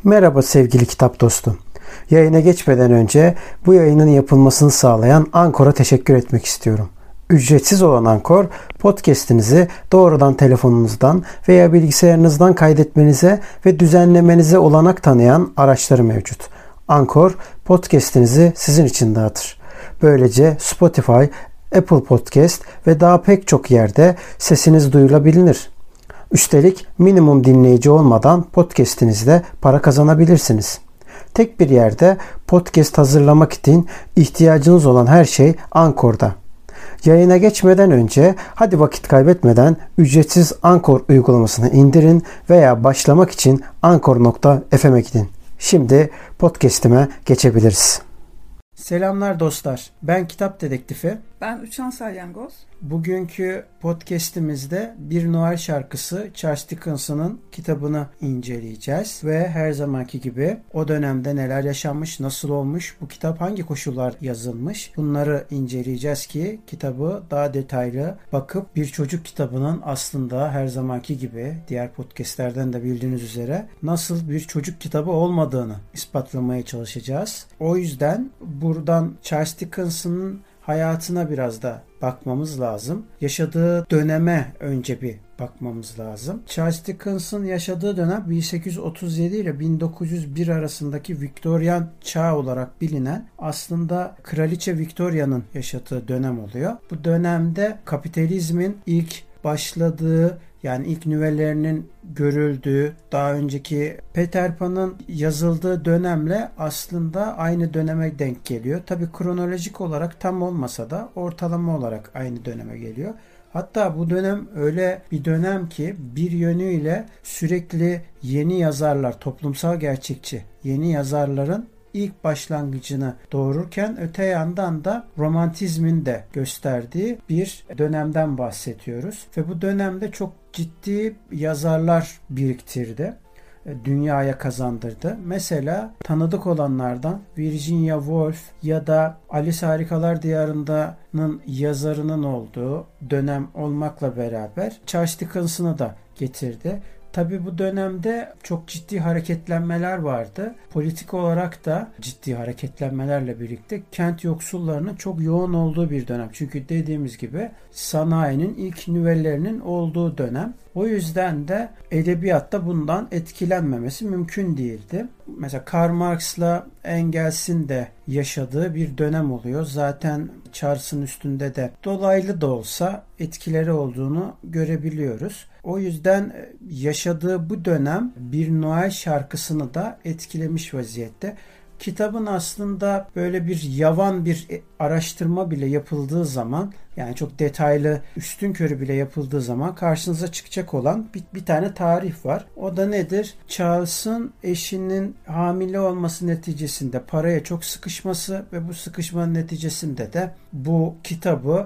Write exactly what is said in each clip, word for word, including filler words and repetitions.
Merhaba sevgili kitap dostum. Yayına geçmeden önce bu yayının yapılmasını sağlayan Ankor'a teşekkür etmek istiyorum. Ücretsiz olan Ankor, podcast'inizi doğrudan telefonunuzdan veya bilgisayarınızdan kaydetmenize ve düzenlemenize olanak tanıyan araçları mevcut. Ankor, podcast'inizi sizin için dağıtır. Böylece Spotify, Apple Podcast ve daha pek çok yerde sesiniz duyulabilir. Üstelik minimum dinleyici olmadan podcast'inizde para kazanabilirsiniz. Tek bir yerde podcast hazırlamak için ihtiyacınız olan her şey Ankor'da. Yayına geçmeden önce hadi vakit kaybetmeden ücretsiz Ankor uygulamasını indirin veya başlamak için ankor nokta f m'e gidin. Şimdi podcast'ime geçebiliriz. Selamlar dostlar. Ben Kitap Dedektifi. Ben Uçan Salyangoz. Bugünkü podcast'imizde bir Noel şarkısı Charles Dickens'ın kitabını inceleyeceğiz. Ve her zamanki gibi o dönemde neler yaşanmış, nasıl olmuş, bu kitap hangi koşullar yazılmış, bunları inceleyeceğiz ki kitabı daha detaylı bakıp bir çocuk kitabının aslında her zamanki gibi diğer podcast'lerden de bildiğiniz üzere nasıl bir çocuk kitabı olmadığını ispatlamaya çalışacağız. O yüzden buradan Charles Dickens'ın hayatına biraz da bakmamız lazım. Yaşadığı döneme önce bir bakmamız lazım. Charles Dickens'ın yaşadığı dönem bin sekiz yüz otuz yedi ile bin dokuz yüz bir arasındaki Viktoryan çağı olarak bilinen aslında Kraliçe Victoria'nın yaşadığı dönem oluyor. Bu dönemde kapitalizmin ilk başladığı, yani ilk nüvelerinin görüldüğü, daha önceki Peter Pan'ın yazıldığı dönemle aslında aynı döneme denk geliyor. Tabii kronolojik olarak tam olmasa da ortalama olarak aynı döneme geliyor. Hatta bu dönem öyle bir dönem ki bir yönüyle sürekli yeni yazarlar, toplumsal gerçekçi yeni yazarların ilk başlangıcını doğururken öte yandan da romantizmin de gösterdiği bir dönemden bahsediyoruz. Ve bu dönemde çok ciddi yazarlar biriktirdi. Dünyaya kazandırdı. Mesela tanıdık olanlardan Virginia Woolf ya da Alice Harikalar Diyarında'nın yazarının olduğu dönem olmakla beraber Charles Dickens'ını da getirdi. Tabii bu dönemde çok ciddi hareketlenmeler vardı. Politik olarak da ciddi hareketlenmelerle birlikte kent yoksullarının çok yoğun olduğu bir dönem. Çünkü dediğimiz gibi sanayinin ilk nüvelerinin olduğu dönem. O yüzden de edebiyatta bundan etkilenmemesi mümkün değildi. Mesela Karl Marx'la Engels'in de yaşadığı bir dönem oluyor. Zaten Charles'ın üstünde de dolaylı da olsa etkileri olduğunu görebiliyoruz. O yüzden yaşadığı bu dönem bir Noel şarkısını da etkilemiş vaziyette. Kitabın aslında böyle bir yavan bir araştırma bile yapıldığı zaman, yani çok detaylı üstünkörü bile yapıldığı zaman karşınıza çıkacak olan bir, bir tane tarih var. O da nedir? Charles'ın eşinin hamile olması neticesinde paraya çok sıkışması ve bu sıkışmanın neticesinde de bu kitabı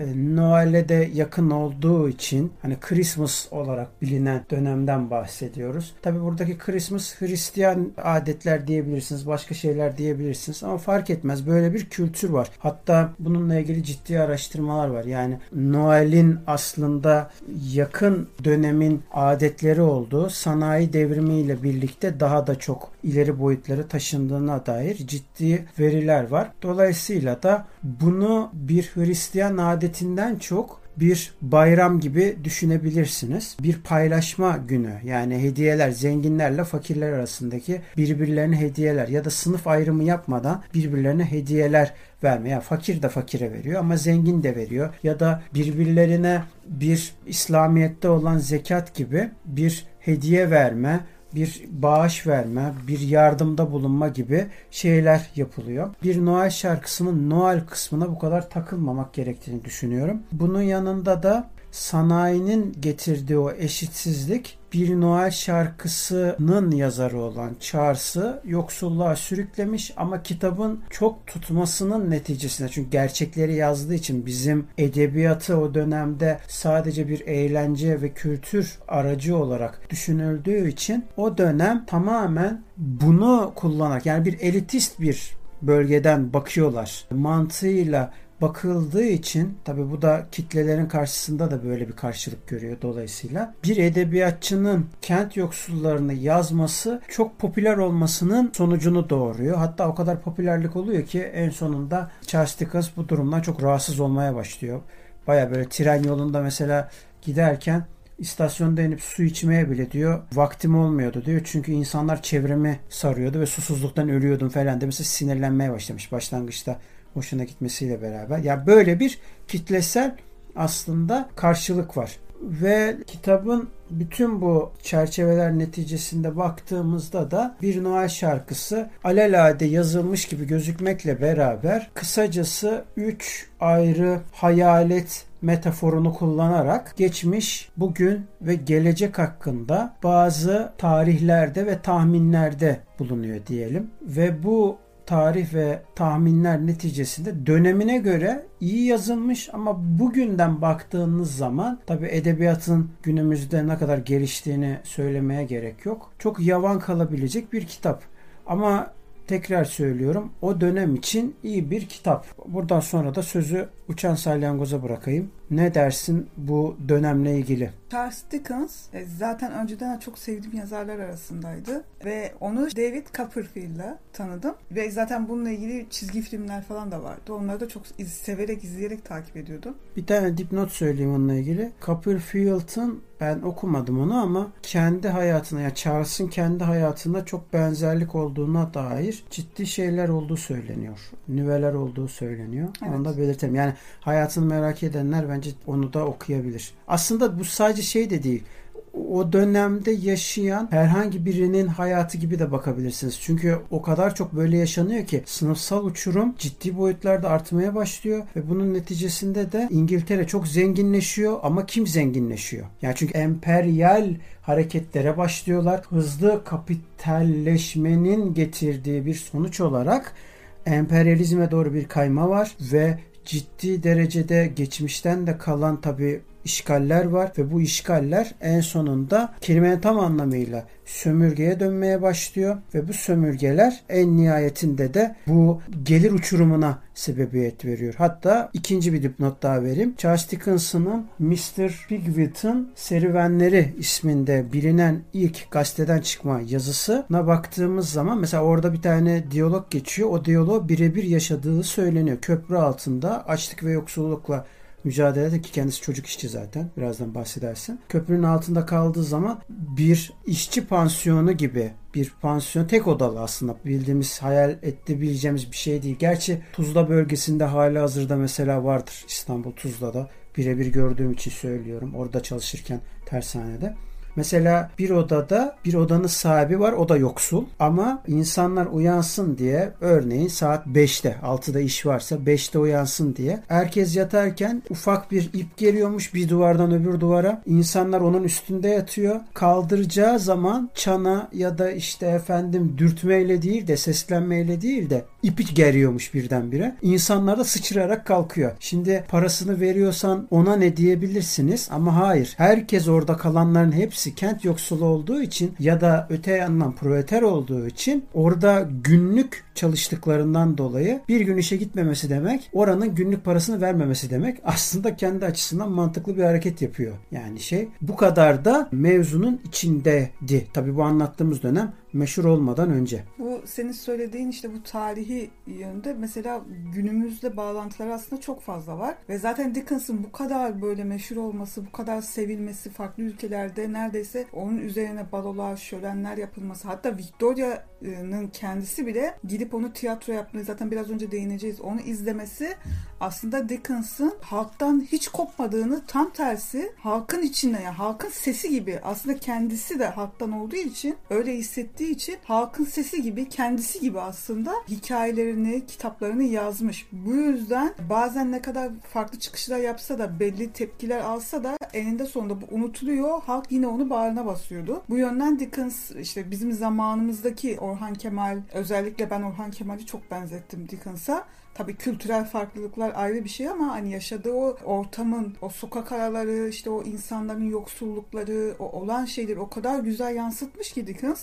Noel'e de yakın olduğu için hani Christmas olarak bilinen dönemden bahsediyoruz. Tabi buradaki Christmas Hristiyan adetler diyebilirsiniz, başka şeyler diyebilirsiniz ama fark etmez. Böyle bir kültür var. Hatta bununla ilgili ciddi araştırmalar var. Yani Noel'in aslında yakın dönemin adetleri olduğu, sanayi devrimiyle birlikte daha da çok ileri boyutlara taşındığına dair ciddi veriler var. Dolayısıyla da bunu bir Hristiyan adetinden çok bir bayram gibi düşünebilirsiniz. Bir paylaşma günü, yani hediyeler, zenginlerle fakirler arasındaki birbirlerine hediyeler ya da sınıf ayrımı yapmadan birbirlerine hediyeler verme. Yani fakir de fakire veriyor ama zengin de veriyor. Ya da birbirlerine bir İslamiyet'te olan zekat gibi bir hediye verme, bir bağış verme, bir yardımda bulunma gibi şeyler yapılıyor. Bir Noel şarkısının Noel kısmına bu kadar takılmamak gerektiğini düşünüyorum. Bunun yanında da sanayinin getirdiği o eşitsizlik bir Noel şarkısının yazarı olan Charles'ı yoksulluğa sürüklemiş ama kitabın çok tutmasının neticesinde, çünkü gerçekleri yazdığı için bizim edebiyatı o dönemde sadece bir eğlence ve kültür aracı olarak düşünüldüğü için o dönem tamamen bunu kullanarak, yani bir elitist bir bölgeden bakıyorlar mantığıyla bakıldığı için tabii bu da kitlelerin karşısında da böyle bir karşılık görüyor dolayısıyla. Bir edebiyatçının kent yoksullarını yazması çok popüler olmasının sonucunu doğuruyor. Hatta o kadar popülerlik oluyor ki en sonunda Charles Dickens bu durumdan çok rahatsız olmaya başlıyor. Baya böyle tren yolunda mesela giderken İstasyonda inip su içmeye bile diyor vaktim olmuyordu diyor. Çünkü insanlar çevremi sarıyordu ve susuzluktan ölüyordum falan diye mesela sinirlenmeye başlamış başlangıçta hoşuna gitmesiyle beraber. Ya böyle bir kitlesel aslında karşılık var. Ve kitabın bütün bu çerçeveler neticesinde baktığımızda da Bir Noel Şarkısı alelade yazılmış gibi gözükmekle beraber kısacası üç ayrı hayalet metaforunu kullanarak geçmiş, bugün ve gelecek hakkında bazı tarihlerde ve tahminlerde bulunuyor diyelim. Ve bu tarih ve tahminler neticesinde dönemine göre iyi yazılmış ama bugünden baktığınız zaman tabii edebiyatın günümüzde ne kadar geliştiğini söylemeye gerek yok. Çok yavan kalabilecek bir kitap. Ama tekrar söylüyorum, o dönem için iyi bir kitap. Buradan sonra da sözü Uçan Salyangoza bırakayım. Ne dersin bu dönemle ilgili? Charles Dickens zaten önceden çok sevdiğim yazarlar arasındaydı ve onu David Copperfield'la tanıdım ve zaten bununla ilgili çizgi filmler falan da vardı. Onları da çok iz, severek izleyerek takip ediyordum. Bir tane dipnot söyleyeyim onunla ilgili. Copperfield'ın ben okumadım onu ama kendi hayatına, yani Charles'ın kendi hayatında çok benzerlik olduğuna dair ciddi şeyler olduğu söyleniyor. Nüveler olduğu söyleniyor. Evet. Onu da belirtelim. Yani hayatını merak edenler bence onu da okuyabilir. Aslında bu sadece şey de değil. O dönemde yaşayan herhangi birinin hayatı gibi de bakabilirsiniz. Çünkü o kadar çok böyle yaşanıyor ki sınıfsal uçurum ciddi boyutlarda artmaya başlıyor ve bunun neticesinde de İngiltere çok zenginleşiyor ama kim zenginleşiyor? Yani çünkü emperyal hareketlere başlıyorlar. Hızlı kapitalleşmenin getirdiği bir sonuç olarak emperyalizme doğru bir kayma var ve ciddi derecede geçmişten de kalan tabii işgaller var ve bu işgaller en sonunda kelimenin tam anlamıyla sömürgeye dönmeye başlıyor ve bu sömürgeler en nihayetinde de bu gelir uçurumuna sebebiyet veriyor. Hatta ikinci bir dipnot daha vereyim. Charles Dickens'ın mister Pickwick'in Serüvenleri isminde bilinen ilk gazeteden çıkma yazısına baktığımız zaman mesela orada bir tane diyalog geçiyor. O diyaloğu birebir yaşadığı söyleniyor. Köprü altında açlık ve yoksullukla mücadelede, ki kendisi çocuk işçi zaten. Birazdan bahsedersin. Köprünün altında kaldığı zaman bir işçi pansiyonu gibi bir pansiyon, tek odalı aslında, bildiğimiz, hayal edebileceğimiz bir şey değil. Gerçi Tuzla bölgesinde halihazırda mesela vardır. İstanbul Tuzla'da birebir gördüğüm için söylüyorum. Orada çalışırken tersanede. Mesela bir odada bir odanın sahibi var, o da yoksul ama insanlar uyansın diye örneğin saat beşte, altıda iş varsa beşte uyansın diye herkes yatarken ufak bir ip geliyormuş bir duvardan öbür duvara, insanlar onun üstünde yatıyor, kaldıracağı zaman çana ya da işte efendim dürtmeyle değil de seslenmeyle değil de ipi geriyormuş birdenbire, insanlar da sıçrayarak kalkıyor. Şimdi parasını veriyorsan ona ne diyebilirsiniz ama hayır, herkes, orada kalanların hepsi kent yoksulu olduğu için ya da öte yandan proleter olduğu için orada günlük çalıştıklarından dolayı bir gün işe gitmemesi demek, oranın günlük parasını vermemesi demek. Aslında kendi açısından mantıklı bir hareket yapıyor. Yani şey, bu kadar da mevzunun içindeydi. Tabii bu anlattığımız dönem meşhur olmadan önce. Bu senin söylediğin işte bu tarihi yönde mesela günümüzde bağlantıları aslında çok fazla var. Ve zaten Dickens'ın bu kadar böyle meşhur olması, bu kadar sevilmesi, farklı ülkelerde neredeyse onun üzerine balolar, şölenler yapılması, hatta Victoria'nın kendisi bile gidip onu tiyatro yapmayı, zaten biraz önce değineceğiz, onu izlemesi aslında Dickens'ın halktan hiç kopmadığını, tam tersi halkın içinde, yani halkın sesi gibi, aslında kendisi de halktan olduğu için, öyle hissettiği için halkın sesi gibi, kendisi gibi aslında hikayelerini, kitaplarını yazmış. Bu yüzden bazen ne kadar farklı çıkışlar yapsa da, belli tepkiler alsa da eninde sonunda bu unutuluyor. Halk yine onu bağrına basıyordu. Bu yönden Dickens, işte bizim zamanımızdaki Orhan Kemal, özellikle ben Orhan Kemal'i çok benzettim Dickens'a. Tabii kültürel farklılıklar ayrı bir şey ama hani yaşadığı o ortamın, o sokak araları, işte o insanların yoksullukları, o olan şeyleri o kadar güzel yansıtmış ki Dickens.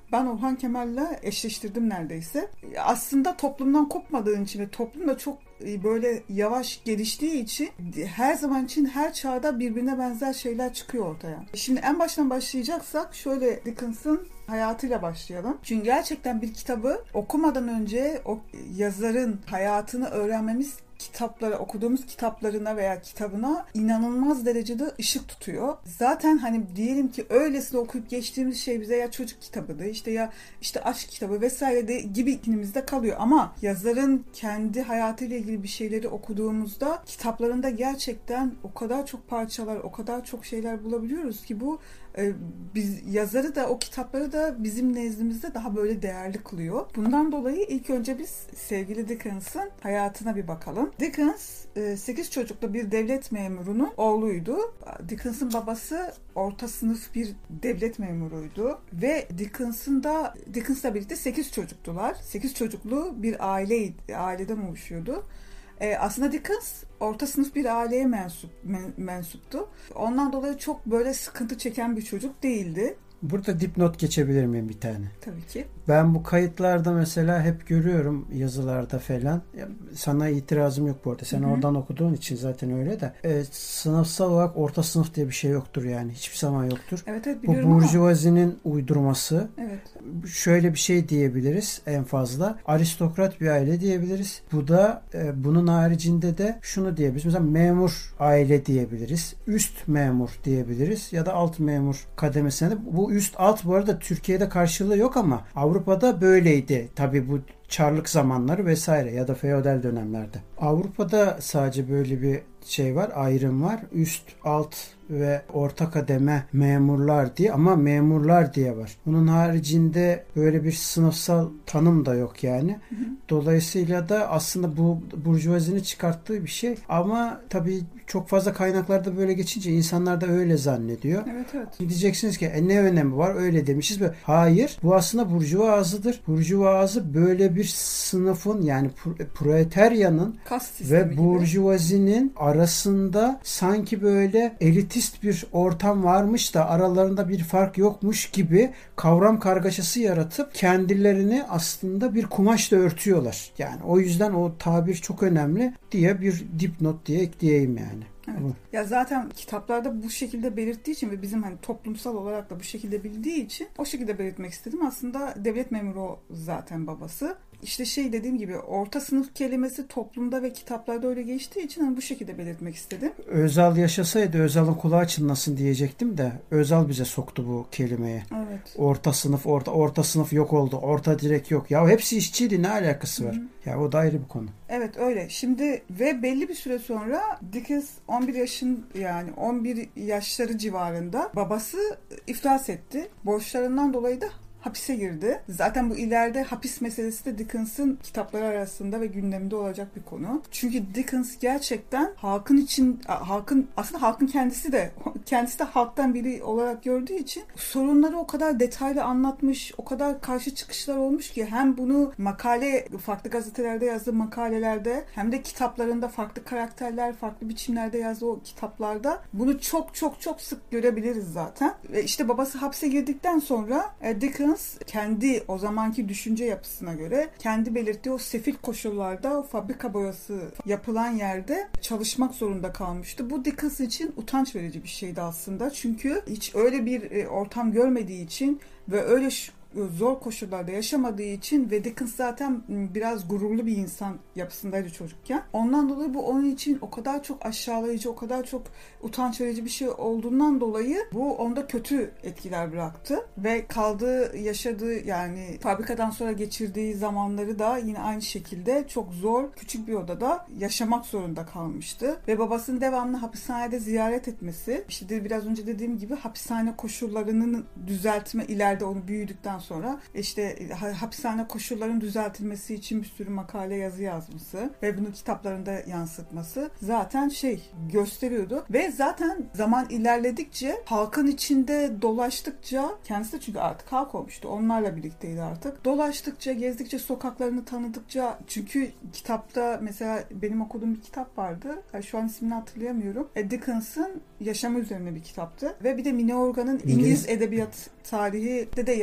ben Orhan Kemal'le eşleştirdim neredeyse. Aslında toplumdan kopmadığın için ve toplum da çok böyle yavaş geliştiği için her zaman için her çağda birbirine benzer şeyler çıkıyor ortaya. Şimdi en baştan başlayacaksak şöyle Dickens'ın hayatıyla başlayalım. Çünkü gerçekten bir kitabı okumadan önce o yazarın hayatını öğrenmemiz kitaplara, okuduğumuz kitaplarına veya kitabına inanılmaz derecede ışık tutuyor. Zaten hani diyelim ki öylesine okuyup geçtiğimiz şey bize ya çocuk kitabıdır, işte ya işte aşk kitabı vesaire de gibi ikinimizde kalıyor. Ama yazarın kendi hayatıyla ilgili bir şeyleri okuduğumuzda kitaplarında gerçekten o kadar çok parçalar, o kadar çok şeyler bulabiliyoruz ki bu e, biz yazarı da o kitapları da bizim nezdimizde daha böyle değerli kılıyor. Bundan dolayı ilk önce biz sevgili Dickens'ın hayatına bir bakalım. Dickens sekiz çocuklu bir devlet memurunun oğluydu. Dickens'ın babası orta sınıf bir devlet memuruydu ve Dickens'ın da Dickens'la birlikte sekiz çocuktular. sekiz çocuklu bir aileydi, aileden oluşuyordu. Ee, aslında Dickens orta sınıf bir aileye mensup, men, mensuptu. Ondan dolayı çok böyle sıkıntı çeken bir çocuk değildi. Burada dipnot geçebilir miyim bir tane? Tabii ki. Ben bu kayıtlarda mesela hep görüyorum yazılarda falan. Ya, sana itirazım yok bu arada. Sen Hı-hı. oradan okuduğun için zaten öyle de. E, sınıfsal olarak orta sınıf diye bir şey yoktur yani. Hiçbir zaman yoktur. Evet evet bu biliyorum burjuvazinin ama... uydurması. Evet. Şöyle bir şey diyebiliriz en fazla. Aristokrat bir aile diyebiliriz. Bu da e, bunun haricinde de şunu diyebiliriz. Mesela memur aile diyebiliriz. Üst memur diyebiliriz. Ya da alt memur kademesine de. Bu üst alt bu arada Türkiye'de karşılığı yok ama Avrupa'da böyleydi. Tabii bu Çarlık zamanları vesaire ya da feodal dönemlerde. Avrupa'da sadece böyle bir şey var, ayrım var. Üst, alt ve orta kademe memurlar diye ama memurlar diye var. Bunun haricinde böyle bir sınıfsal tanım da yok yani. Hı hı. Dolayısıyla da aslında bu burjuvazinin çıkarttığı bir şey ama tabii çok fazla kaynaklarda böyle geçince insanlar da öyle zannediyor. Evet evet. Diyeceksiniz ki e, ne önemi var öyle demişiz. Böyle. Hayır. Bu aslında burjuva ağzıdır. Burjuva ağzı böyle bir sınıfın yani proletaryanın ve burjuvazinin arasında sanki böyle elitist bir ortam varmış da aralarında bir fark yokmuş gibi kavram kargaşası yaratıp kendilerini aslında bir kumaşla örtüyorlar. Yani o yüzden o tabir çok önemli diye bir dipnot diye ekleyeyim yani. Evet. Ya zaten kitaplarda bu şekilde belirttiği için ve bizim hani toplumsal olarak da bu şekilde bildiği için o şekilde belirtmek istedim. Aslında devlet memuru zaten babası. İşte şey dediğim gibi orta sınıf kelimesi toplumda ve kitaplarda öyle geçtiği için hani bu şekilde belirtmek istedim. Özal yaşasaydı Özal'ın kulağı çınlasın diyecektim de Özal bize soktu bu kelimeyi. Evet. Orta sınıf, orta orta sınıf yok oldu. Orta direk yok. Ya hepsi işçiydi, ne alakası var? Hı-hı. Ya o da ayrı bir konu. Evet öyle. Şimdi ve belli bir süre sonra Dickens on bir yaşın yani on bir yaşları civarında babası iflas etti. Borçlarından dolayı da hapise girdi. Zaten bu ileride hapis meselesi de Dickens'ın kitapları arasında ve gündeminde olacak bir konu. Çünkü Dickens gerçekten halkın için, halkın aslında halkın kendisi de kendisi de halktan biri olarak gördüğü için sorunları o kadar detaylı anlatmış, o kadar karşı çıkışlar olmuş ki hem bunu makale, farklı gazetelerde yazdığı makalelerde hem de kitaplarında farklı karakterler, farklı biçimlerde yazdığı o kitaplarda bunu çok çok çok sık görebiliriz zaten. Ve işte babası hapse girdikten sonra Dickens kendi o zamanki düşünce yapısına göre kendi belirttiği o sefil koşullarda o fabrika boyası yapılan yerde çalışmak zorunda kalmıştı. Bu Dickens için utanç verici bir şeydi aslında. Çünkü hiç öyle bir ortam görmediği için ve öyle zor koşullarda yaşamadığı için ve Dickens zaten biraz gururlu bir insan yapısındaydı çocukken. Ondan dolayı bu onun için o kadar çok aşağılayıcı, o kadar çok utanç verici bir şey olduğundan dolayı bu onda kötü etkiler bıraktı. Ve kaldığı, yaşadığı yani fabrikadan sonra geçirdiği zamanları da yine aynı şekilde çok zor, küçük bir odada yaşamak zorunda kalmıştı. Ve babasının devamlı hapishanede ziyaret etmesi, işte de biraz önce dediğim gibi hapishane koşullarının düzeltme ileride onu büyüdükten sonra işte hapishane koşullarının düzeltilmesi için bir sürü makale yazı yazması ve bunu kitaplarında yansıtması zaten şey gösteriyordu ve zaten zaman ilerledikçe halkın içinde dolaştıkça kendisi de çünkü artık halk olmuştu. Onlarla birlikteydi artık. Dolaştıkça, gezdikçe, sokaklarını tanıdıkça çünkü kitapta mesela benim okuduğum bir kitap vardı. Şu an ismini hatırlayamıyorum. Dickens'ın yaşamı üzerine bir kitaptı ve bir de Mine Organ'ın İngiliz, İngiliz edebiyat tarihi de de yazan çok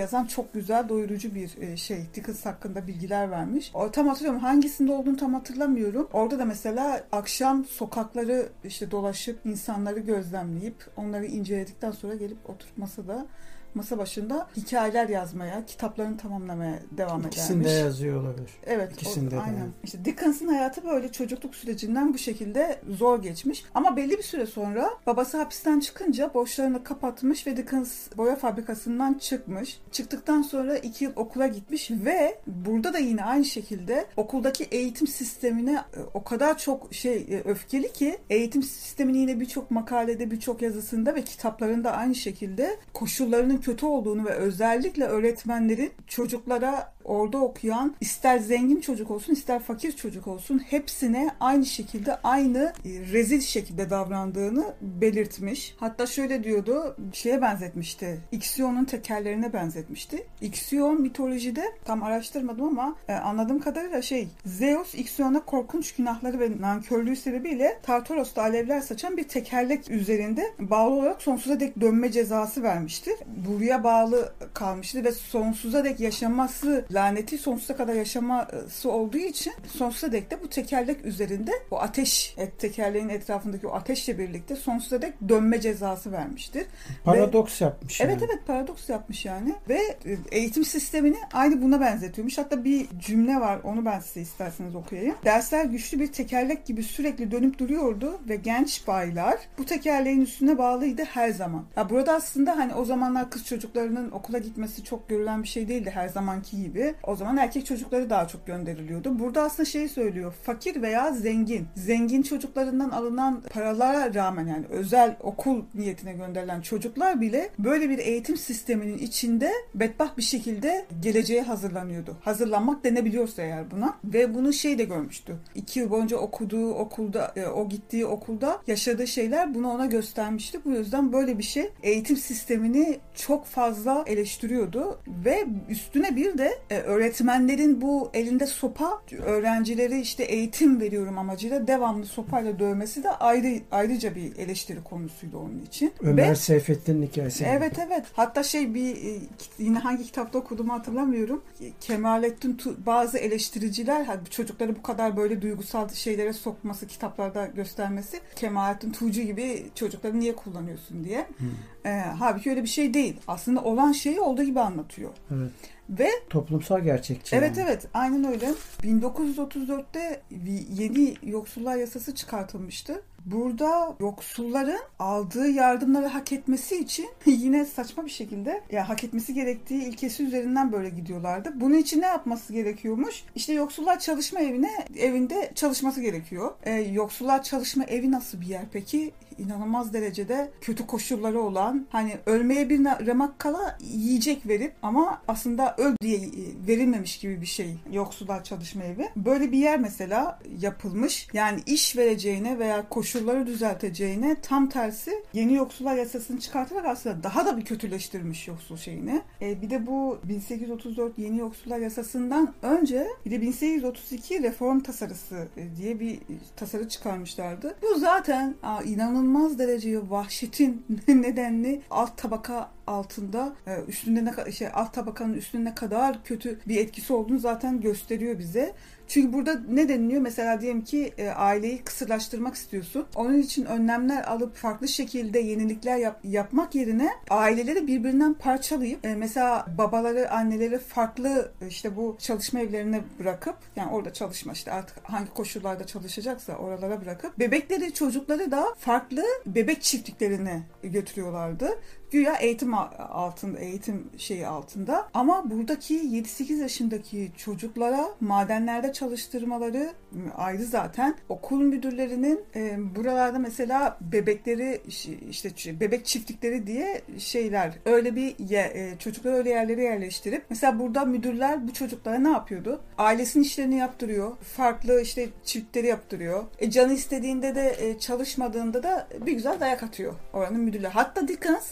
çok güzel, doyurucu bir şey. Dickens hakkında bilgiler vermiş. O, tam hatırlıyorum. Hangisinde olduğunu tam hatırlamıyorum. Orada da mesela akşam sokakları işte dolaşıp insanları gözlemleyip onları inceledikten sonra gelip oturup masada masa başında hikayeler yazmaya, kitaplarını tamamlamaya devam edermiş. İkisinde yazıyor olabilir. Evet. İkisinde o, de. Aynen. İşte Dickens'ın hayatı böyle çocukluk sürecinden bu şekilde zor geçmiş. Ama belli bir süre sonra babası hapisten çıkınca borçlarını kapatmış ve Dickens boya fabrikasından çıkmış. Çıktıktan sonra iki yıl okula gitmiş ve burada da yine aynı şekilde okuldaki eğitim sistemine o kadar çok şey öfkeli ki eğitim sistemini yine birçok makalede, birçok yazısında ve kitaplarında aynı şekilde koşullarının kötü olduğunu ve özellikle öğretmenlerin çocuklara orada okuyan ister zengin çocuk olsun ister fakir çocuk olsun hepsine aynı şekilde aynı rezil şekilde davrandığını belirtmiş. Hatta şöyle diyordu, şeye benzetmişti. Ixion'un tekerlerine benzetmişti. Ixion mitolojide tam araştırmadım ama e, anladığım kadarıyla şey Zeus Ixion'a korkunç günahları ve nankörlüğü sebebiyle Tartaros'ta alevler saçan bir tekerlek üzerinde bağlı olarak sonsuza dek dönme cezası vermişti. Buraya bağlı kalmıştı ve sonsuza dek yaşaması laneti sonsuza kadar yaşaması olduğu için sonsuza dek de bu tekerlek üzerinde o ateş, et, tekerleğin etrafındaki o ateşle birlikte sonsuza dek dönme cezası vermiştir. Paradoks ve, yapmış. Evet yani. evet paradoks yapmış yani. Ve eğitim sistemini aynı buna benzetiyormuş. Hatta bir cümle var, onu ben size isterseniz okuyayım. Dersler güçlü bir tekerlek gibi sürekli dönüp duruyordu ve genç baylar bu tekerleğin üstüne bağlıydı her zaman. Ya burada aslında hani o zamanlar kız çocuklarının okula gitmesi çok görülen bir şey değildi her zamanki gibi. O zaman erkek çocukları daha çok gönderiliyordu. Burada aslında şeyi söylüyor. Fakir veya zengin. Zengin çocuklarından alınan paralara rağmen yani özel okul niyetine gönderilen çocuklar bile böyle bir eğitim sisteminin içinde bedbaht bir şekilde geleceğe hazırlanıyordu. Hazırlanmak denebiliyorsa eğer buna. Ve bunu şey de görmüştü. İki yıl boyunca okuduğu okulda, o gittiği okulda yaşadığı şeyler bunu ona göstermişti. Bu yüzden böyle bir şey eğitim sistemini çok fazla eleştiriyordu ve üstüne bir de e, öğretmenlerin bu elinde sopa öğrencileri işte eğitim veriyorum amacıyla devamlı sopayla dövmesi de ayrı ayrıca bir eleştiri konusuydu onun için. Ömer ve, Seyfettin'in hikayesi. Evet evet. Hatta şey bir yine hangi kitapta okuduğumu hatırlamıyorum. Kemalettin bazı eleştiriciler çocukları bu kadar böyle duygusal şeylere sokması, kitaplarda göstermesi Kemalettin Tuğcu gibi çocukları niye kullanıyorsun diye. Hmm. Ee, halbuki öyle bir şey değil. Aslında olan şeyi olduğu gibi anlatıyor. Evet. Ve toplumsal gerçekçi. Evet yani. evet aynen öyle. bin dokuz yüz otuz dörtte yeni yoksullar yasası çıkartılmıştı. Burada yoksulların aldığı yardımları hak etmesi için yine saçma bir şekilde ya hak etmesi gerektiği ilkesi üzerinden böyle gidiyorlardı. Bunun için ne yapması gerekiyormuş? İşte yoksullar çalışma evine evinde çalışması gerekiyor. Ee, yoksullar çalışma evi nasıl bir yer peki? İnanılmaz derecede kötü koşulları olan, hani ölmeye bir ramak kala yiyecek verip ama aslında öl diye verilmemiş gibi bir şey yoksullar çalışma evi. Böyle bir yer mesela yapılmış. Yani iş vereceğine veya koşulları düzelteceğine tam tersi yeni yoksullar yasasını çıkartarak aslında daha da bir kötüleştirmiş yoksul şeyini. E, bir de bu bin sekiz yüz otuz dört yeni yoksullar yasasından önce bir de bin sekiz yüz otuz iki reform tasarısı diye bir tasarı çıkarmışlardı. Bu zaten aa, inanılmaz inanılmaz dereceye vahşetin nedenli alt tabaka altında üstünde ne şey alt tabakanın üstünde ne kadar kötü bir etkisi olduğunu zaten gösteriyor bize. Çünkü burada ne deniliyor? Mesela diyelim ki e, aileyi kısırlaştırmak istiyorsun. Onun için önlemler alıp farklı şekilde yenilikler yap, yapmak yerine aileleri birbirinden parçalayıp e, mesela babaları, anneleri farklı işte bu çalışma evlerine bırakıp yani orada çalışma işte artık hangi koşullarda çalışacaksa oralara bırakıp bebekleri, çocukları da farklı bebek çiftliklerine götürüyorlardı. Güya eğitim altında, eğitim şeyi altında. Ama buradaki yedi sekiz yaşındaki çocuklara madenlerde çalıştırmaları ayrı zaten. Okul müdürlerinin e, buralarda mesela bebekleri işte bebek çiftlikleri diye şeyler öyle bir ye, e, çocukları öyle yerlere yerleştirip mesela burada müdürler bu çocuklara ne yapıyordu? Ailesinin işlerini yaptırıyor. Farklı işte çiftleri yaptırıyor. E, canı istediğinde de e, çalışmadığında da bir güzel dayak atıyor oranın müdürler. Hatta Dickens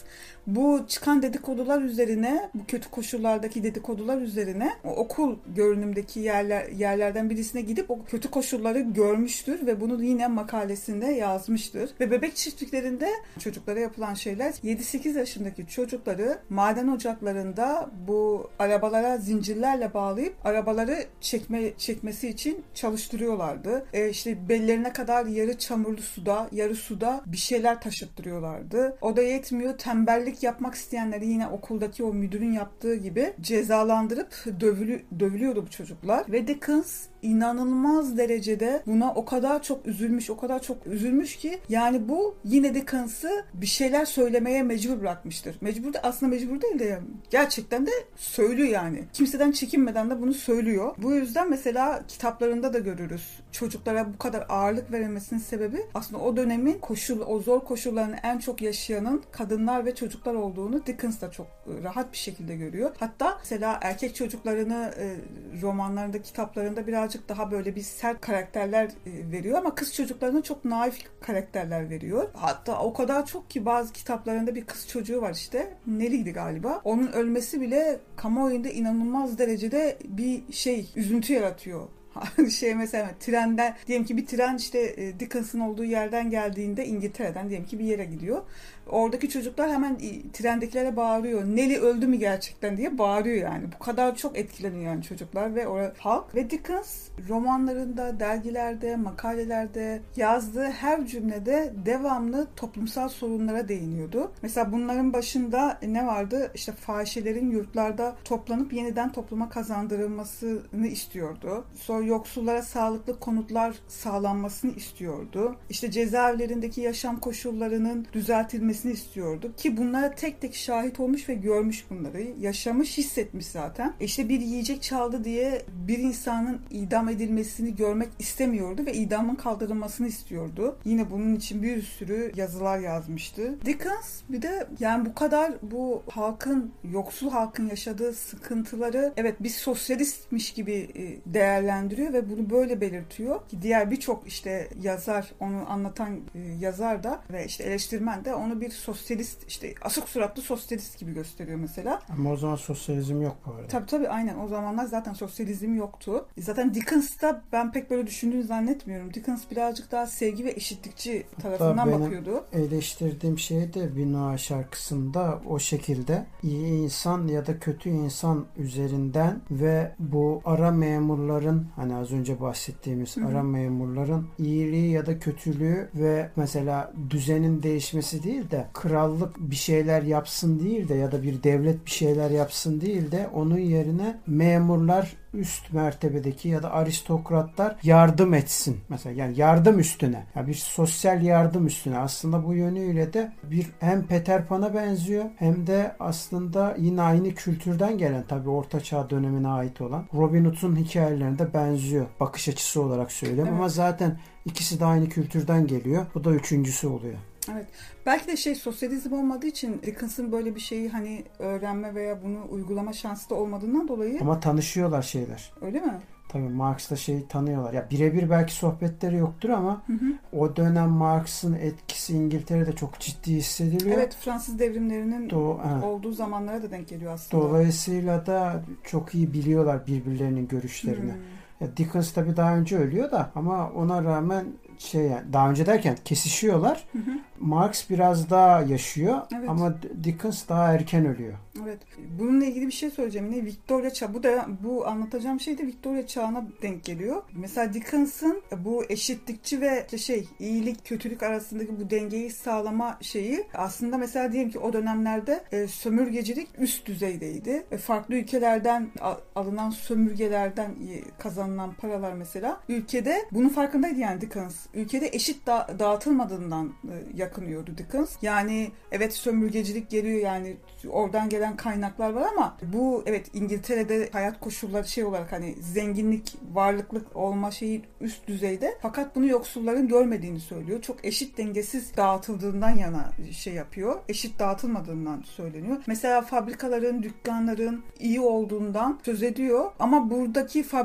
bu çıkan dedikodular üzerine, bu kötü koşullardaki dedikodular üzerine o okul görünümdeki yerler yerlerden birisine gidip o kötü koşulları görmüştür ve bunu yine makalesinde yazmıştır. Ve bebek çiftliklerinde çocuklara yapılan şeyler, yedi sekiz yaşındaki çocukları maden ocaklarında bu arabalara zincirlerle bağlayıp arabaları çekme çekmesi için çalıştırıyorlardı. E işte bellerine kadar yarı çamurlu suda, yarı suda bir şeyler taşıttırıyorlardı. O da yetmiyor. Tembellik yapmak isteyenleri yine okuldaki o müdürün yaptığı gibi cezalandırıp dövülü, dövülüyordu bu çocuklar. Ve Dickens inanılmaz derecede buna o kadar çok üzülmüş, o kadar çok üzülmüş ki yani bu yine Dickens'ı bir şeyler söylemeye mecbur bırakmıştır. Mecbur da aslında mecbur değil de yani gerçekten de söylüyor yani. Kimseden çekinmeden de bunu söylüyor. Bu yüzden mesela kitaplarında da görürüz. Çocuklara bu kadar ağırlık verilmesinin sebebi aslında o dönemin koşul, o zor koşullarını en çok yaşayanın kadınlar ve çocuklar olduğunu Dickens da çok rahat bir şekilde görüyor. Hatta mesela erkek çocuklarını e, romanlarında, kitaplarında birazcık daha böyle bir sert karakterler e, veriyor ama kız çocuklarına çok naif karakterler veriyor. Hatta o kadar çok ki bazı kitaplarında bir kız çocuğu var işte. Nelly'di galiba. Onun ölmesi bile kamuoyunda inanılmaz derecede bir şey, üzüntü yaratıyor. şey mesela trenden diyelim ki bir tren işte Dickens'ın olduğu yerden geldiğinde İngiltere'den diyelim ki bir yere gidiyor. Oradaki çocuklar hemen trendekilere bağırıyor. Nelly öldü mü gerçekten diye bağırıyor yani. Bu kadar çok etkileniyor yani çocuklar ve orada halk. Ve Dickens romanlarında, dergilerde, makalelerde yazdığı her cümlede devamlı toplumsal sorunlara değiniyordu. Mesela bunların başında ne vardı? İşte fahişelerin yurtlarda toplanıp yeniden topluma kazandırılmasını istiyordu. Sonra yoksullara sağlıklı konutlar sağlanmasını istiyordu. İşte cezaevlerindeki yaşam koşullarının düzeltilmesini istiyordu. Ki bunlara tek tek şahit olmuş ve görmüş bunları. Yaşamış, hissetmiş zaten. İşte bir yiyecek çaldı diye bir insanın idam edilmesini görmek istemiyordu ve idamın kaldırılmasını istiyordu. Yine bunun için bir sürü yazılar yazmıştı. Dickens bir de yani bu kadar bu halkın, yoksul halkın yaşadığı sıkıntıları evet bir sosyalistmiş gibi değerlendiriyor ve bunu böyle belirtiyor. Ki diğer birçok işte yazar, onu anlatan yazar da ve işte eleştirmen de onu bir sosyalist, işte asık suratlı sosyalist gibi gösteriyor mesela. Ama o zaman sosyalizm yok bu arada. Tabii tabii aynen. O zamanlar zaten sosyalizm yoktu. Zaten Dickens'ta ben pek böyle düşündüğünü zannetmiyorum. Dickens birazcık daha sevgi ve eşitlikçi tarafından Hatta bakıyordu. Eleştirdiğim şey de Bir Noel şarkısında o şekilde iyi insan ya da kötü insan üzerinden ve bu ara memurların, hani az önce bahsettiğimiz Hı-hı. ara memurların iyiliği ya da kötülüğü ve mesela düzenin değişmesi değil de krallık bir şeyler yapsın değil de ya da bir devlet bir şeyler yapsın değil de onun yerine memurlar, üst mertebedeki ya da aristokratlar yardım etsin. Mesela yani yardım üstüne. Yani bir sosyal yardım üstüne. Aslında bu yönüyle de bir hem Peter Pan'a benziyor hem de aslında yine aynı kültürden gelen, tabii Orta Çağ dönemine ait olan Robin Hood'un hikayelerine de benziyor. Bakış açısı olarak söylüyorum evet. Ama zaten ikisi de aynı kültürden geliyor. Bu da üçüncüsü oluyor. Evet. Belki de şey sosyalizm olmadığı için Dickens'ın böyle bir şeyi hani öğrenme veya bunu uygulama şansı da olmadığından dolayı. Ama tanışıyorlar şeyler. Öyle mi? Tabii Marx'la şeyi tanıyorlar. Ya birebir belki sohbetleri yoktur ama hı hı. o dönem Marx'ın etkisi İngiltere'de çok ciddi hissediliyor. Evet, Fransız devrimlerinin Do- olduğu zamanlara da denk geliyor aslında. Dolayısıyla da çok iyi biliyorlar birbirlerinin görüşlerini. Hmm. Ya Dickens tabii daha önce ölüyor da ama ona rağmen şey yani daha önce derken kesişiyorlar. Hı hı. Marx biraz daha yaşıyor evet. Ama Dickens daha erken ölüyor. Evet. Bununla ilgili bir şey söyleyeceğim. Yine Victoria Çağı. Bu da bu anlatacağım şey de Victoria Çağı'na denk geliyor. Mesela Dickens'ın bu eşitlikçi ve şey iyilik kötülük arasındaki bu dengeyi sağlama şeyi aslında mesela diyelim ki o dönemlerde e, sömürgecilik üst düzeydeydi. E, farklı ülkelerden a, alınan sömürgelerden e, kazanılan paralar mesela ülkede bunun farkındaydı yani Dickens. Ülkede eşit da, dağıtılmadığından e, yakınıyordu Dickens. Yani evet sömürgecilik geliyor yani oradan gelen kaynaklar var ama bu evet İngiltere'de hayat koşulları şey olarak hani zenginlik, varlıklık olma şeyi üst düzeyde fakat bunu yoksulların görmediğini söylüyor. Çok eşit dengesiz dağıtıldığından yana şey yapıyor. Eşit dağıtılmadığından söyleniyor. Mesela fabrikaların, dükkanların iyi olduğundan söz ediyor ama buradaki fabrikalarda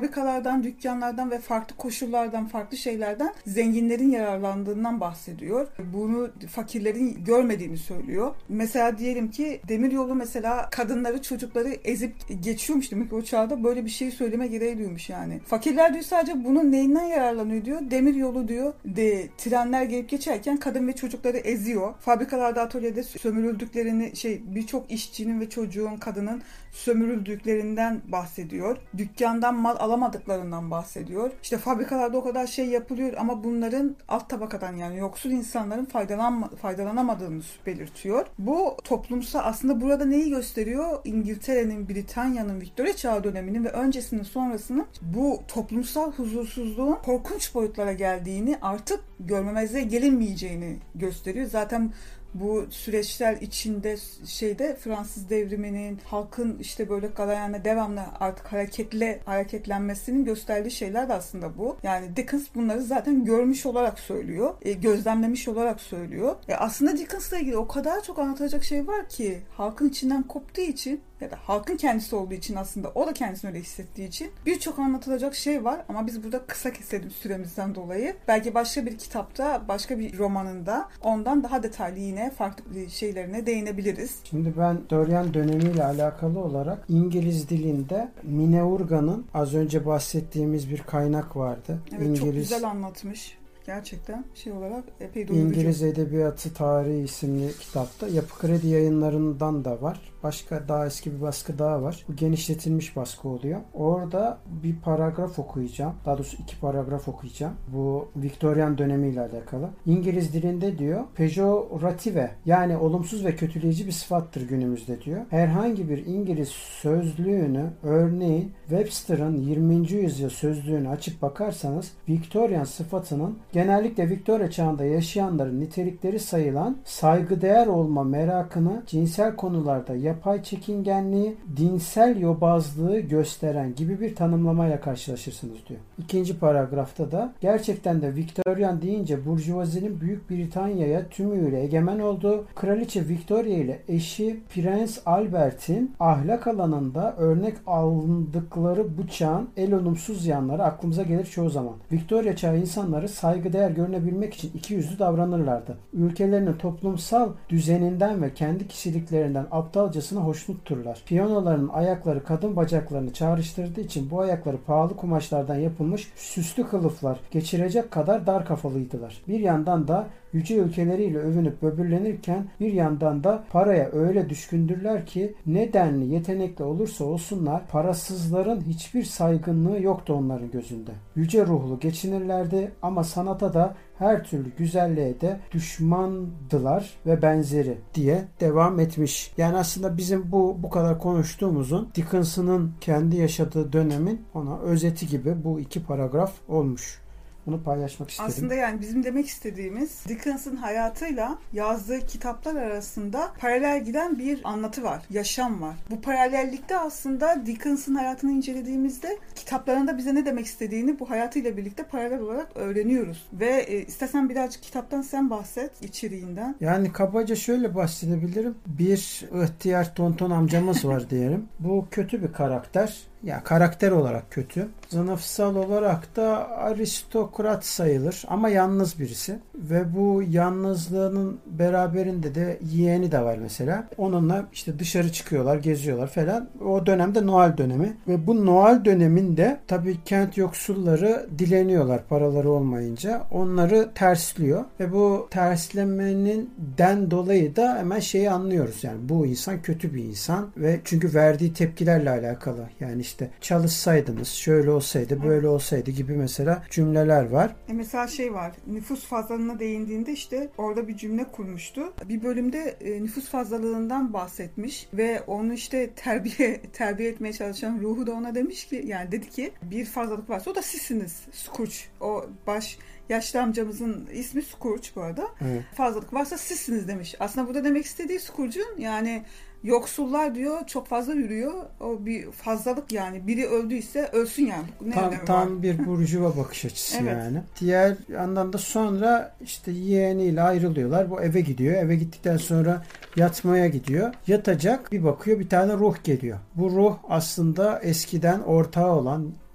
firmalardan, dükkanlardan ve farklı koşullardan, farklı şeylerden zenginlerin yararlandığından bahsediyor. Bunu fakirlerin görmediğini söylüyor. Mesela diyelim ki demiryolu mesela kadınları, çocukları ezip geçiyormuş demek ki o çağda, böyle bir şey söyleme gereği duymuş yani. Fakirler diyor sadece bunun neyinden yararlanıyor diyor. Demiryolu diyor de trenler gelip geçerken kadın ve çocukları eziyor. Fabrikalarda, atölyede sömürüldüklerini, şey birçok işçinin ve çocuğun, kadının sömürüldüklerinden bahsediyor. Dükkandan mal alamadıklarından bahsediyor. İşte fabrikalarda o kadar şey yapılıyor ama bunların alt tabakadan, yani yoksul insanların faydalanma, faydalanamadığını belirtiyor. Bu toplumsal, aslında burada neyi gösteriyor? İngiltere'nin, Britanya'nın Victoria Çağı döneminin ve öncesinin sonrasının bu toplumsal huzursuzluğun korkunç boyutlara geldiğini, artık görmemezliğe gelinmeyeceğini gösteriyor. Zaten bu süreçler içinde şeyde Fransız devriminin, halkın işte böyle galeyana devamlı artık hareketle hareketlenmesinin gösterdiği şeyler de aslında bu. Yani Dickens bunları zaten görmüş olarak söylüyor. E, gözlemlemiş olarak söylüyor. E, aslında Dickens'la ilgili o kadar çok anlatılacak şey var ki, halkın içinden koptuğu için ya da halkın kendisi olduğu için, aslında o da kendisini öyle hissettiği için birçok anlatılacak şey var ama biz burada kısa keselim süremizden dolayı. Belki başka bir kitapta, başka bir romanında ondan daha detaylı yine farklı şeylerine değinebiliriz. Şimdi ben Dorian dönemiyle alakalı olarak İngiliz dilinde Mineurga'nın az önce bahsettiğimiz bir kaynak vardı. Evet, İngiliz... çok güzel anlatmış. Gerçekten şey olarak epey doyurucu. İngiliz Edebiyatı Tarihi isimli kitapta, Yapı Kredi Yayınları'ndan da var. Başka daha eski bir baskı daha var. Bu genişletilmiş baskı oluyor. Orada bir paragraf okuyacağım. Daha doğrusu iki paragraf okuyacağım. Bu Viktoryan dönemiyle alakalı. İngiliz dilinde diyor, pejorative yani olumsuz ve kötüleyici bir sıfattır günümüzde diyor. Herhangi bir İngiliz sözlüğünü, örneğin Webster'ın yirminci yüzyıl sözlüğünü açıp bakarsanız Viktoryan sıfatının genellikle Victoria çağında yaşayanların nitelikleri sayılan saygıdeğer olma merakını, cinsel konularda yapay çekingenliği, dinsel yobazlığı gösteren gibi bir tanımlamayla karşılaşırsınız diyor. İkinci paragrafta da gerçekten de Victorian deyince burjuvazinin Büyük Britanya'ya tümüyle egemen olduğu, Kraliçe Victoria ile eşi Prens Albert'in ahlak alanında örnek alındıkları bu çağın el olumsuz yanları aklımıza gelir çoğu zaman. Victoria çağı insanları saygıdeğer görünebilmek için ikiyüzlü davranırlardı. Ülkelerinin toplumsal düzeninden ve kendi kişiliklerinden aptalcasına hoşnutturlar. Piyanoların ayakları kadın bacaklarını çağrıştırdığı için bu ayakları pahalı kumaşlardan yapılmış süslü kılıflar geçirecek kadar dar kafalıydılar. Bir yandan da yüce ülkeleriyle övünüp böbürlenirken bir yandan da paraya öyle düşkündürler ki ne denli yetenekli olursa olsunlar parasızların hiçbir saygınlığı yoktu onların gözünde. Yüce ruhlu geçinirlerdi ama sanata da her türlü güzelliğe de düşmandılar ve benzeri diye devam etmiş. Yani aslında bizim bu bu kadar konuştuğumuzun Dickens'ın kendi yaşadığı dönemin ona özeti gibi bu iki paragraf olmuş. Bunu paylaşmak istedim. Aslında yani bizim demek istediğimiz Dickens'ın hayatıyla yazdığı kitaplar arasında paralel giden bir anlatı var. Yaşam var. Bu paralellikte aslında Dickens'ın hayatını incelediğimizde kitaplarında bize ne demek istediğini bu hayatıyla birlikte paralel olarak öğreniyoruz. Ve e, istersen birazcık kitaptan sen bahset, içeriğinden. Yani kabaca şöyle bahsedebilirim. Bir ihtiyar tonton amcamız var diyelim. Bu kötü bir karakter. Ya karakter olarak kötü. Sınıfsal olarak da aristokrat sayılır ama yalnız birisi. Ve bu yalnızlığının beraberinde de yeğeni de var mesela. Onunla işte dışarı çıkıyorlar, geziyorlar falan. O dönemde Noel dönemi. Ve bu Noel döneminde tabii kent yoksulları dileniyorlar paraları olmayınca. Onları tersliyor. Ve bu terslemenin den dolayı da hemen şeyi anlıyoruz. Yani bu insan kötü bir insan. Ve çünkü verdiği tepkilerle alakalı. Yani işte çalışsaydınız, şöyle olsaydı, böyle olsaydı gibi mesela cümleler var. E mesela şey var, nüfus fazlalığına değindiğinde işte orada bir cümle kurmuştu. Bir bölümde e, nüfus fazlalığından bahsetmiş ve onu işte terbiye terbiye etmeye çalışan ruhu da ona demiş ki, yani dedi ki bir fazlalık varsa o da sizsiniz Scrooge. O baş yaşlı amcamızın ismi Scrooge bu arada. Evet. Fazlalık varsa sizsiniz demiş. Aslında burada demek istediği Scrooge'un yani yoksullar diyor çok fazla yürüyor. O bir fazlalık yani. Biri öldüyse ölsün yani. Ne tam tam var? Bir burjuva bakış açısı evet. Yani. Diğer yandan da sonra işte yeğeniyle ayrılıyorlar. Bu eve gidiyor. Eve gittikten sonra yatmaya gidiyor. Yatacak, bir bakıyor bir tane ruh geliyor. Bu ruh aslında eskiden ortağı olan,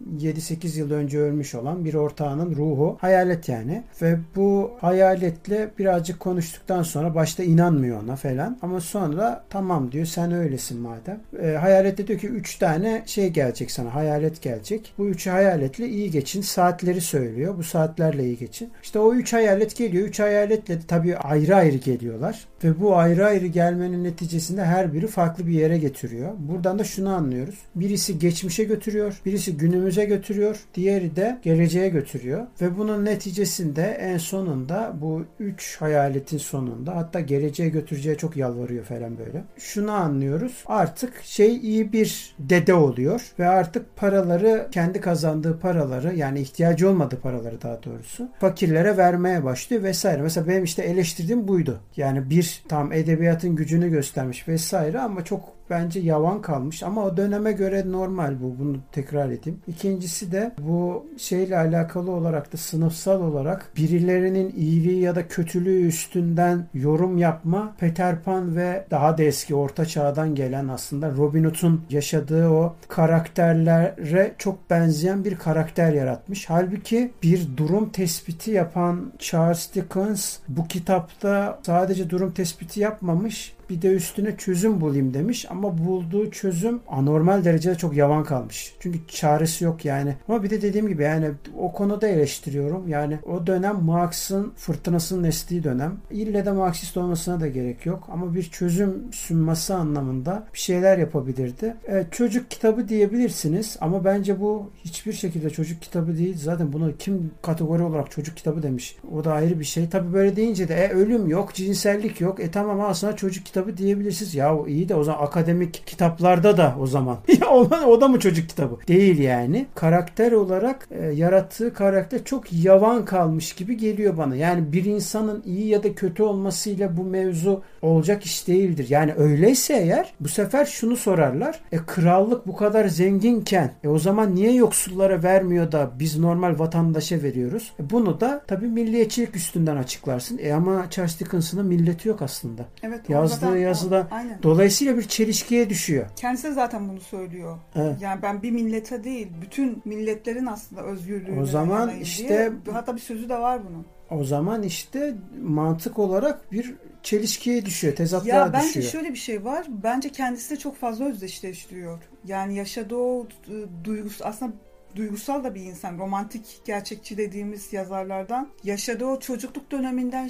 yedi sekiz yıl önce ölmüş olan bir ortağının ruhu. Hayalet yani. Ve bu hayaletle birazcık konuştuktan sonra başta inanmıyor ona falan. Ama sonra tamam diyor, sen öylesin madem. E, hayalet de diyor ki üç tane şey gelecek sana. Hayalet gelecek. Bu üçü hayaletle iyi geçin. Saatleri söylüyor. Bu saatlerle iyi geçin. İşte o üç hayalet geliyor. Üç hayaletle de tabii ayrı ayrı geliyorlar. Ve bu ayrı ayrı gelmenin neticesinde her biri farklı bir yere getiriyor. Buradan da şunu anlıyoruz. Birisi geçmişe götürüyor. Birisi günümüze götürüyor. Diğeri de geleceğe götürüyor. Ve bunun neticesinde en sonunda bu üç hayaletin sonunda, hatta geleceğe götüreceğe çok yalvarıyor falan böyle. Şunu anlıyoruz. Artık şey iyi bir dede oluyor ve artık paraları, kendi kazandığı paraları, yani ihtiyacı olmadığı paraları daha doğrusu fakirlere vermeye başlıyor vesaire. Mesela benim işte eleştirdiğim buydu. Yani bir tam edebiyatın gücünü göstermiş vesaire ama çok bence yavan kalmış ama o döneme göre normal bu. Bunu tekrar edeyim. İkincisi de bu şeyle alakalı olarak da sınıfsal olarak birilerinin iyiliği ya da kötülüğü üstünden yorum yapma, Peter Pan ve daha da eski Orta Çağ'dan gelen aslında Robin Hood'un yaşadığı o karakterlere çok benzeyen bir karakter yaratmış. Halbuki bir durum tespiti yapan Charles Dickens bu kitapta sadece durum tespiti yapmamış, bir de üstüne çözüm bulayım demiş ama bulduğu çözüm anormal derecede çok yavan kalmış. Çünkü çaresi yok yani. Ama bir de dediğim gibi yani o konuda eleştiriyorum. Yani o dönem Marx'ın fırtınasının estiği dönem. İlle de Marksist olmasına da gerek yok. Ama bir çözüm sunması anlamında bir şeyler yapabilirdi. Evet, çocuk kitabı diyebilirsiniz ama bence bu hiçbir şekilde çocuk kitabı değil. Zaten bunu kim kategori olarak çocuk kitabı demiş. O da ayrı bir şey. Tabii böyle deyince de e, ölüm yok, cinsellik yok. E tamam aslında çocuk kitabı diyebilirsiniz. Ya iyi de o zaman akademik kitaplarda da o zaman. o, o da mı çocuk kitabı? Değil yani. Karakter olarak e, yarattığı karakter çok yavan kalmış gibi geliyor bana. Yani bir insanın iyi ya da kötü olmasıyla bu mevzu olacak iş değildir. Yani öyleyse eğer bu sefer şunu sorarlar. E krallık bu kadar zenginken e o zaman niye yoksullara vermiyor da biz normal vatandaşa veriyoruz? E bunu da tabii milliyetçilik üstünden açıklarsın. E ama Charles Dickens'ın milleti yok aslında. Evet. Yazdığı yazıda. Aynen. Dolayısıyla bir çelişkiye düşüyor. Kendisi de zaten bunu söylüyor. Evet. Yani ben bir millete değil, bütün milletlerin aslında özgürlüğünü o zaman işte diye. Hatta bir sözü de var bunun. O zaman işte mantık olarak bir çelişkiye düşüyor, tezatlığa ya bence düşüyor. Şöyle bir şey var. Bence kendisi de çok fazla özdeşleştiriyor. Yani yaşadığı o duygusu aslında duygusal da bir insan. Romantik gerçekçi dediğimiz yazarlardan. Yaşadığı o çocukluk döneminden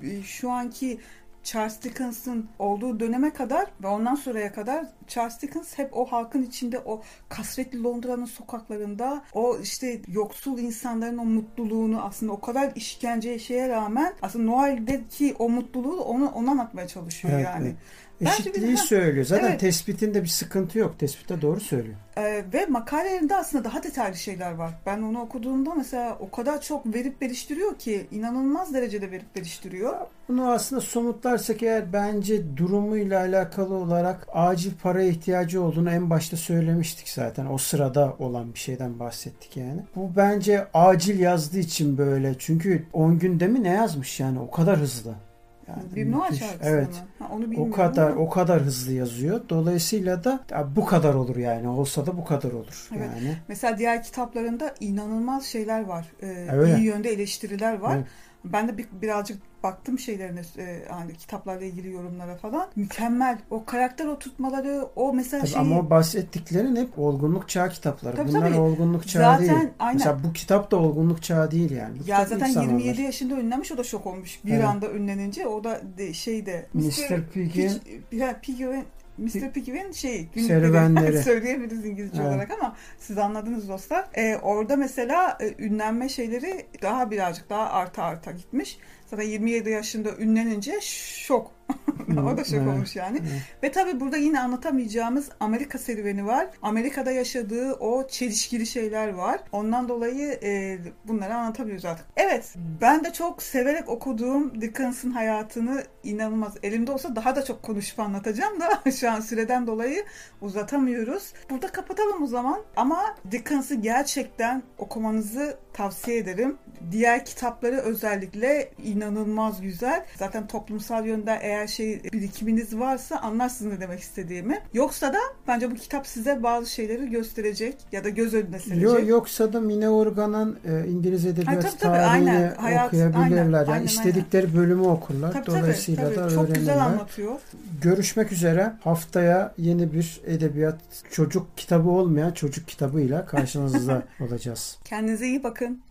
şu anki Charles Dickens'ın olduğu döneme kadar ve ondan sonraya kadar Charles Dickens hep o halkın içinde, o kasvetli Londra'nın sokaklarında o işte yoksul insanların o mutluluğunu, aslında o kadar işkenceye şeye rağmen aslında Noel'deki o mutluluğu onu ona anlatmaya çalışıyor evet, yani. Evet. Eşitliği söylüyor. Zaten evet. Tespitinde bir sıkıntı yok. Tespitte doğru söylüyor. Ee, ve makalelerinde aslında daha detaylı şeyler var. Ben onu okuduğumda mesela o kadar çok verip veriştiriyor ki, inanılmaz derecede verip veriştiriyor. Bunu aslında somutlarsak eğer bence durumuyla alakalı olarak acil para ihtiyacı olduğunu en başta söylemiştik zaten. O sırada olan bir şeyden bahsettik yani. Bu bence acil yazdığı için böyle. Çünkü on günde mi ne yazmış yani, o kadar hızlı. Yani bir Noel şarkısı evet. Ha, onu o kadar ama. o kadar hızlı yazıyor. Dolayısıyla da bu kadar olur yani. Olsa da bu kadar olur evet. yani. Mesela diğer kitaplarında inanılmaz şeyler var. Ee, evet. iyi yönde eleştiriler var. Evet. Ben de bir, birazcık baktım şeylerine, e, hani kitaplarla ilgili yorumlara falan. Mükemmel. O karakter oturtmaları, o mesela tabii şeyi... Ama o bahsettiklerin hep olgunluk çağı kitapları. Tabii, Bunlar tabii. olgunluk çağı zaten, değil. Aynen. Mesela bu kitap da olgunluk çağı değil yani. Bu ya zaten yirmi yedi zamanlar. yaşında ünlenmiş, o da şok olmuş. Bir evet. anda ünlenince o da de, şeyde... mister Pig'in... Pig'in mister Pig'in şey serüvenleri söyleyebiliriz İngilizce evet. olarak ama siz anladınız dostlar. Ee, orada mesela e, ünlenme şeyleri daha birazcık daha arta arta gitmiş. Zaten yirmi yedi yaşında ünlenince şok. O da şok evet. olmuş yani. Evet. Ve tabii burada yine anlatamayacağımız Amerika serüveni var. Amerika'da yaşadığı o çelişkili şeyler var. Ondan dolayı e, bunları anlatabiliyoruz artık. Evet, ben de çok severek okuduğum Dickens'ın hayatını inanılmaz. Elimde olsa daha da çok konuşup anlatacağım da şu an süreden dolayı uzatamıyoruz. Burada kapatalım o zaman. Ama Dickens'ı gerçekten okumanızı tavsiye ederim. diğer kitapları özellikle inanılmaz güzel. Zaten toplumsal yönden eğer şey birikiminiz varsa anlarsınız ne demek istediğimi. Yoksa da bence bu kitap size bazı şeyleri gösterecek ya da göz önüne serecek. Yok, yoksa da Mine Organ'ın e, İngiliz Edebiyat tabii, tabii, tarihini aynen. Hayat, okuyabilirler. aynen, yani aynen, istedikleri aynen. bölümü okurlar. Tabii, Dolayısıyla tabii, da tabii. öğrenirler. Çok güzel anlatıyor. Görüşmek üzere. Haftaya yeni bir edebiyat çocuk kitabı olmayan çocuk kitabıyla karşınızda olacağız. Kendinize iyi bakın.